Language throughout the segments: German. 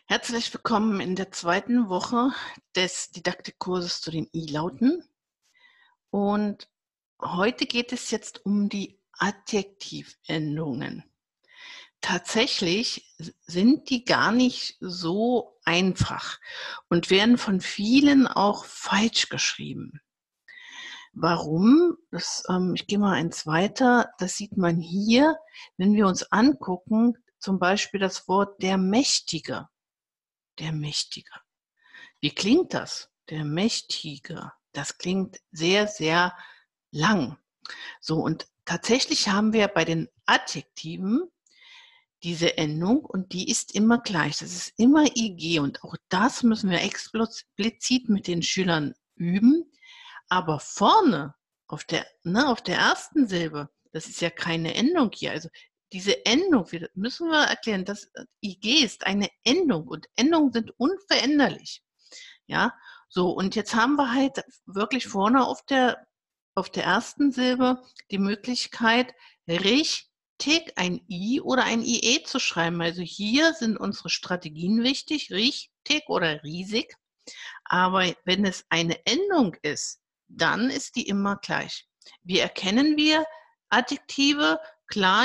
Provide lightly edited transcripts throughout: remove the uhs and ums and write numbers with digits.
Herzlich willkommen in der zweiten Woche des Didaktikkurses zu den I-Lauten. Und heute geht es jetzt um die Adjektivendungen. Tatsächlich sind die gar nicht so einfach und werden von vielen auch falsch geschrieben. Warum? Ich gehe mal eins weiter. Das sieht man hier, wenn wir uns angucken, zum Beispiel das Wort der Mächtige. Der Mächtige. Wie klingt das? Der Mächtige. Das klingt sehr, sehr lang. So, und tatsächlich haben wir bei den Adjektiven diese Endung und die ist immer gleich. Das ist immer IG und auch das müssen wir explizit mit den Schülern üben. Aber vorne auf der ersten Silbe, das ist ja keine Endung hier. Also diese Endung, müssen wir erklären, das IG ist eine Endung und Endungen sind unveränderlich. Ja, so, und jetzt haben wir halt wirklich vorne auf der ersten Silbe die Möglichkeit, richtig ein I oder ein IE zu schreiben. Also hier sind unsere Strategien wichtig, richtig oder riesig. Aber wenn es eine Endung ist, dann ist die immer gleich. Wie erkennen wir Adjektive? Klar,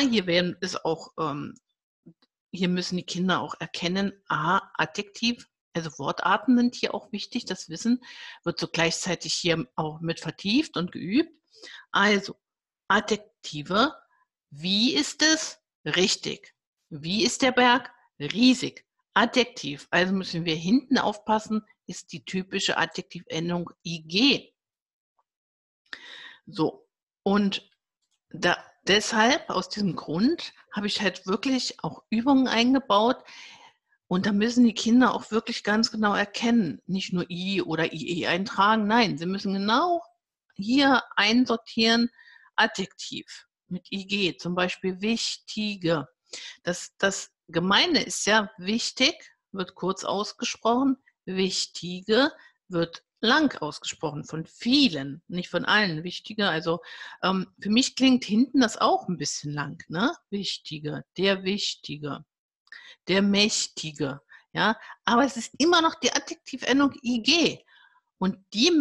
hier müssen die Kinder auch erkennen, Adjektiv, also Wortarten sind hier auch wichtig, das Wissen wird so gleichzeitig hier auch mit vertieft und geübt. Also Adjektive, wie ist es? Richtig. Wie ist der Berg? Riesig. Adjektiv, also müssen wir hinten aufpassen, ist die typische Adjektivendung IG. So, und deshalb, aus diesem Grund, habe ich halt wirklich auch Übungen eingebaut. Und da müssen die Kinder auch wirklich ganz genau erkennen, nicht nur I oder IE eintragen. Nein, sie müssen genau hier einsortieren, Adjektiv mit IG, zum Beispiel wichtige. Das Gemeine ist ja wichtig, wird kurz ausgesprochen, wichtige wird lang ausgesprochen, von vielen, nicht von allen. Wichtige, also für mich klingt hinten das auch ein bisschen lang, ne? Wichtige, der Wichtige, der Mächtige, ja, aber es ist immer noch die Adjektivendung IG und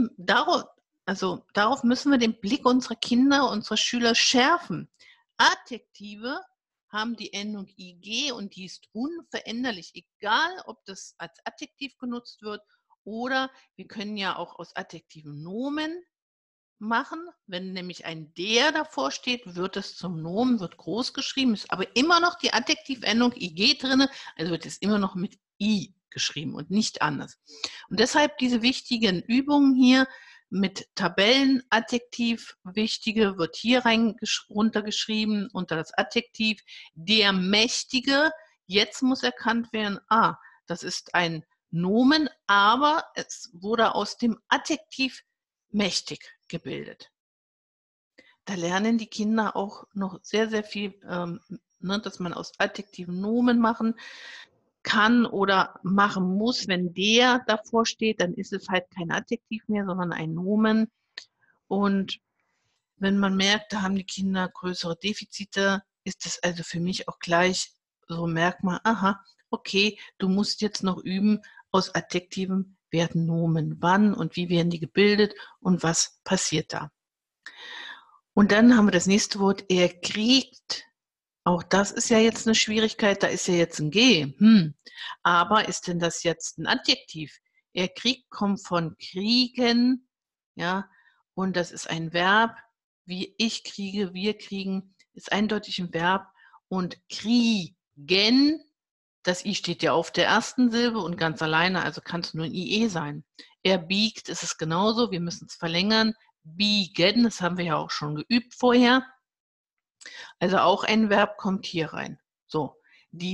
darauf müssen wir den Blick unserer Kinder, unserer Schüler schärfen. Adjektive haben die Endung IG und die ist unveränderlich, egal ob das als Adjektiv genutzt wird oder wir können ja auch aus Adjektiven Nomen machen. Wenn nämlich ein der davor steht, wird es zum Nomen, wird groß geschrieben, ist aber immer noch die Adjektivendung IG drin, also wird es immer noch mit I geschrieben und nicht anders. Und deshalb diese wichtigen Übungen hier mit Tabellen, Adjektiv, wichtige wird hier runtergeschrieben unter das Adjektiv, der Mächtige, jetzt muss erkannt werden, das ist ein Nomen, aber es wurde aus dem Adjektiv mächtig gebildet. Da lernen die Kinder auch noch sehr, sehr viel, dass man aus Adjektiven Nomen machen kann oder machen muss. Wenn der davor steht, dann ist es halt kein Adjektiv mehr, sondern ein Nomen. Und wenn man merkt, da haben die Kinder größere Defizite, ist es also für mich auch gleich so ein Merkmal, aha, okay, du musst jetzt noch üben, aus Adjektiven werden Nomen. Wann und wie werden die gebildet und was passiert da? Und dann haben wir das nächste Wort, er kriegt. Auch das ist ja jetzt eine Schwierigkeit, da ist ja jetzt ein G. Aber ist denn das jetzt ein Adjektiv? Er kriegt kommt von kriegen, ja, und das ist ein Verb, wie ich kriege, wir kriegen, ist eindeutig ein Verb. Und kriegen, das I steht ja auf der ersten Silbe und ganz alleine, also kann es nur ein IE sein. Er biegt, ist es genauso, wir müssen es verlängern. Biegen, das haben wir ja auch schon geübt vorher. Also auch ein Verb kommt hier rein. So, die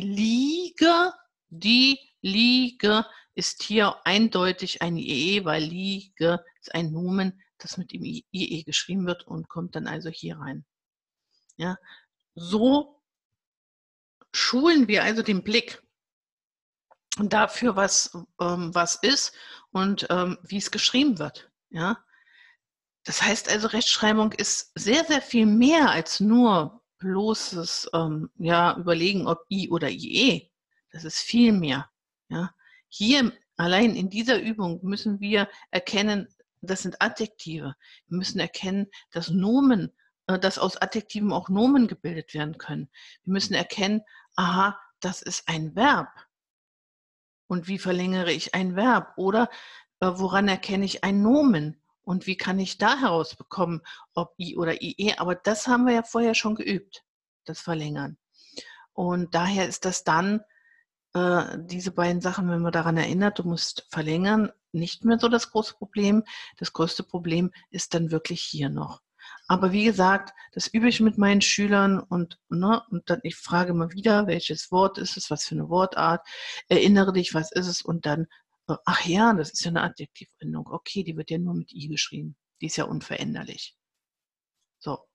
Liege ist hier eindeutig ein IE, weil Liege ist ein Nomen, das mit dem IE geschrieben wird und kommt dann also hier rein. Ja, so schulen wir also den Blick dafür, was ist und wie es geschrieben wird. Ja, das heißt also, Rechtschreibung ist sehr, sehr viel mehr als nur bloßes Überlegen, ob I oder IE. Das ist viel mehr. Ja? Hier allein in dieser Übung müssen wir erkennen, das sind Adjektive. Wir müssen erkennen, dass Nomen, dass aus Adjektiven auch Nomen gebildet werden können. Wir müssen erkennen, aha, das ist ein Verb. Und wie verlängere ich ein Verb? Oder woran erkenne ich ein Nomen? Und wie kann ich da herausbekommen, ob I oder IE? Aber das haben wir ja vorher schon geübt, das Verlängern. Und daher ist das dann, diese beiden Sachen, wenn man daran erinnert, du musst verlängern, nicht mehr so das große Problem. Das größte Problem ist dann wirklich hier noch. Aber wie gesagt, das übe ich mit meinen Schülern und dann ich frage immer wieder, welches Wort ist es, was für eine Wortart, erinnere dich, was ist es und dann, ach ja, das ist ja eine Adjektivendung. Okay, die wird ja nur mit I geschrieben. Die ist ja unveränderlich. So.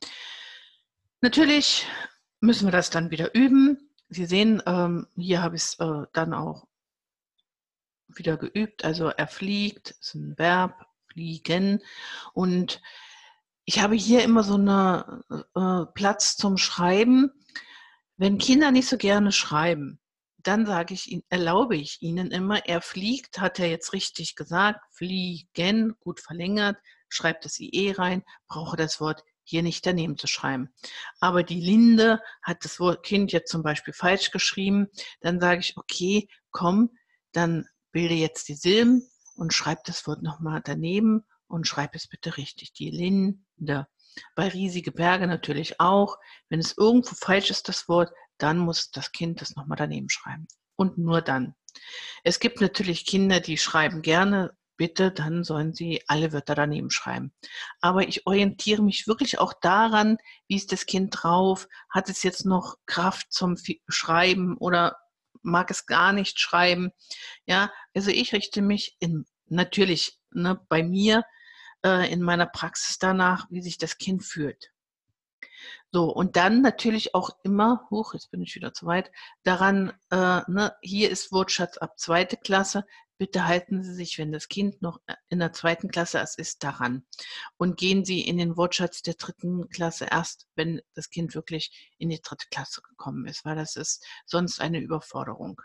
Natürlich müssen wir das dann wieder üben. Sie sehen, hier habe ich es dann auch wieder geübt. Also er fliegt, ist ein Verb, fliegen. Und ich habe hier immer so eine Platz zum Schreiben. Wenn Kinder nicht so gerne schreiben, dann erlaube ich ihnen immer, er fliegt, hat er jetzt richtig gesagt, fliegen, gut verlängert, schreibt das IE rein, brauche das Wort hier nicht daneben zu schreiben. Aber die Linde hat das Kind jetzt zum Beispiel falsch geschrieben, dann sage ich, okay, komm, dann bilde jetzt die Silben und schreib das Wort nochmal daneben und schreib es bitte richtig, die Linde. Bei riesige Berge natürlich auch. Wenn es irgendwo falsch ist, das Wort, dann muss das Kind das nochmal daneben schreiben. Und nur dann. Es gibt natürlich Kinder, die schreiben gerne, bitte, dann sollen sie alle Wörter daneben schreiben. Aber ich orientiere mich wirklich auch daran, wie ist das Kind drauf, hat es jetzt noch Kraft zum Schreiben oder mag es gar nicht schreiben. Ja, also ich richte mich natürlich bei mir in meiner Praxis danach, wie sich das Kind fühlt. So, und dann natürlich auch immer, jetzt bin ich wieder zu weit, daran, hier ist Wortschatz ab 2. Klasse, bitte halten Sie sich, wenn das Kind noch in der 2. Klasse ist, daran. Und gehen Sie in den Wortschatz der 3. Klasse erst, wenn das Kind wirklich in die 3. Klasse gekommen ist, weil das ist sonst eine Überforderung.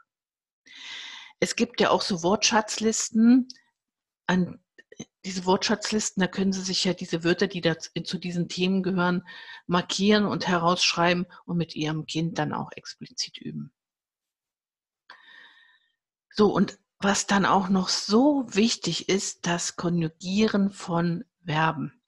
Es gibt ja auch so Wortschatzlisten, diese Wortschatzlisten, da können Sie sich ja diese Wörter, die zu diesen Themen gehören, markieren und herausschreiben und mit Ihrem Kind dann auch explizit üben. So, und was dann auch noch so wichtig ist, das Konjugieren von Verben.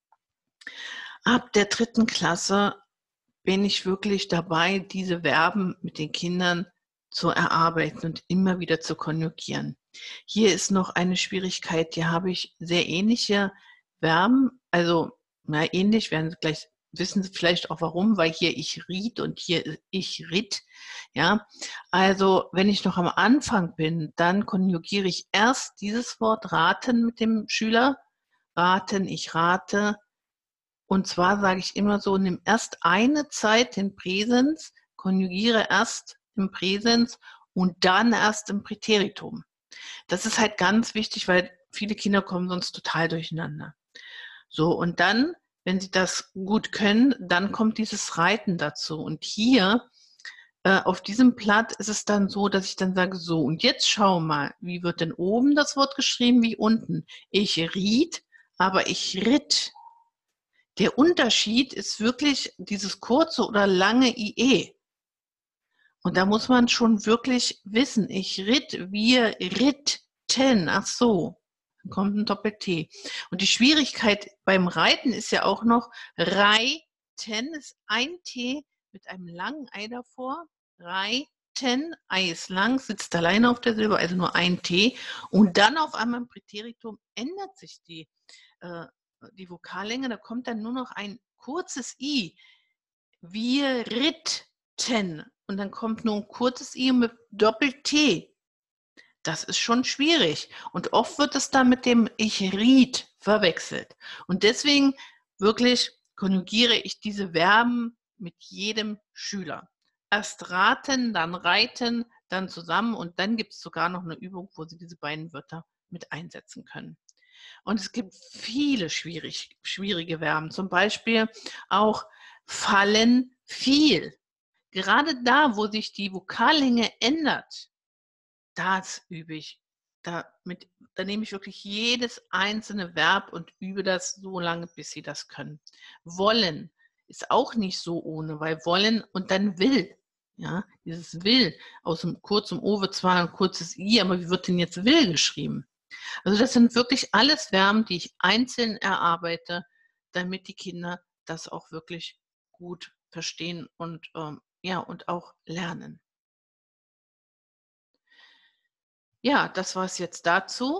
Ab der 3. Klasse bin ich wirklich dabei, diese Verben mit den Kindern zu erarbeiten und immer wieder zu konjugieren. Hier ist noch eine Schwierigkeit, hier habe ich sehr ähnliche Verben, also ähnlich, werden Sie gleich wissen Sie vielleicht auch warum, weil hier ich riet und hier ich ritt. Ja, also wenn ich noch am Anfang bin, dann konjugiere ich erst dieses Wort raten mit dem Schüler. Raten, ich rate. Und zwar sage ich immer so, nimm erst eine Zeit den Präsens, konjugiere erst im Präsens und dann erst im Präteritum. Das ist halt ganz wichtig, weil viele Kinder kommen sonst total durcheinander. So, und dann, wenn sie das gut können, dann kommt dieses Reiten dazu. Und hier auf diesem Blatt ist es dann so, dass ich dann sage, so, und jetzt schau mal, wie wird denn oben das Wort geschrieben, wie unten? Ich riet, aber ich ritt. Der Unterschied ist wirklich dieses kurze oder lange IE. Und da muss man schon wirklich wissen, ich ritt, wir ritten, ach so, dann kommt ein Doppel-T. Und die Schwierigkeit beim Reiten ist ja auch noch, reiten ist ein T mit einem langen Ei davor, reiten, Ei ist lang, sitzt alleine auf der Silbe, also nur ein T. Und dann auf einmal im Präteritum ändert sich die Vokallänge, da kommt dann nur noch ein kurzes I. Wir ritten. Und dann kommt nur ein kurzes I mit Doppel-T. Das ist schon schwierig. Und oft wird es dann mit dem Ich riet verwechselt. Und deswegen wirklich konjugiere ich diese Verben mit jedem Schüler. Erst raten, dann reiten, dann zusammen und dann gibt es sogar noch eine Übung, wo Sie diese beiden Wörter mit einsetzen können. Und es gibt viele schwierige Verben, zum Beispiel auch fallen, fiel. Gerade da, wo sich die Vokallänge ändert, das übe ich. Da nehme ich wirklich jedes einzelne Verb und übe das so lange, bis sie das können. Wollen ist auch nicht so ohne, weil wollen und dann will. Ja, dieses will aus dem kurzem O wird zwar ein kurzes I, aber wie wird denn jetzt will geschrieben? Also das sind wirklich alles Verben, die ich einzeln erarbeite, damit die Kinder das auch wirklich gut verstehen und ja, und auch lernen. Ja, das war es jetzt dazu.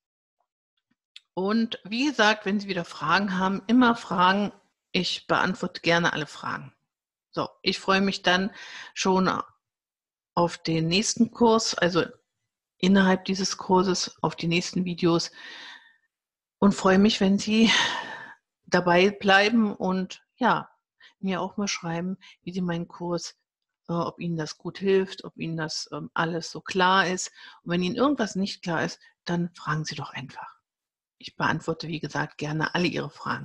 Und wie gesagt, wenn Sie wieder Fragen haben, immer fragen. Ich beantworte gerne alle Fragen. So, ich freue mich dann schon auf den nächsten Kurs, also innerhalb dieses Kurses, auf die nächsten Videos und freue mich, wenn Sie dabei bleiben und ja, mir auch mal schreiben, wie Sie meinen Kurs, ob Ihnen das gut hilft, ob Ihnen das alles so klar ist. Und wenn Ihnen irgendwas nicht klar ist, dann fragen Sie doch einfach. Ich beantworte, wie gesagt, gerne alle Ihre Fragen.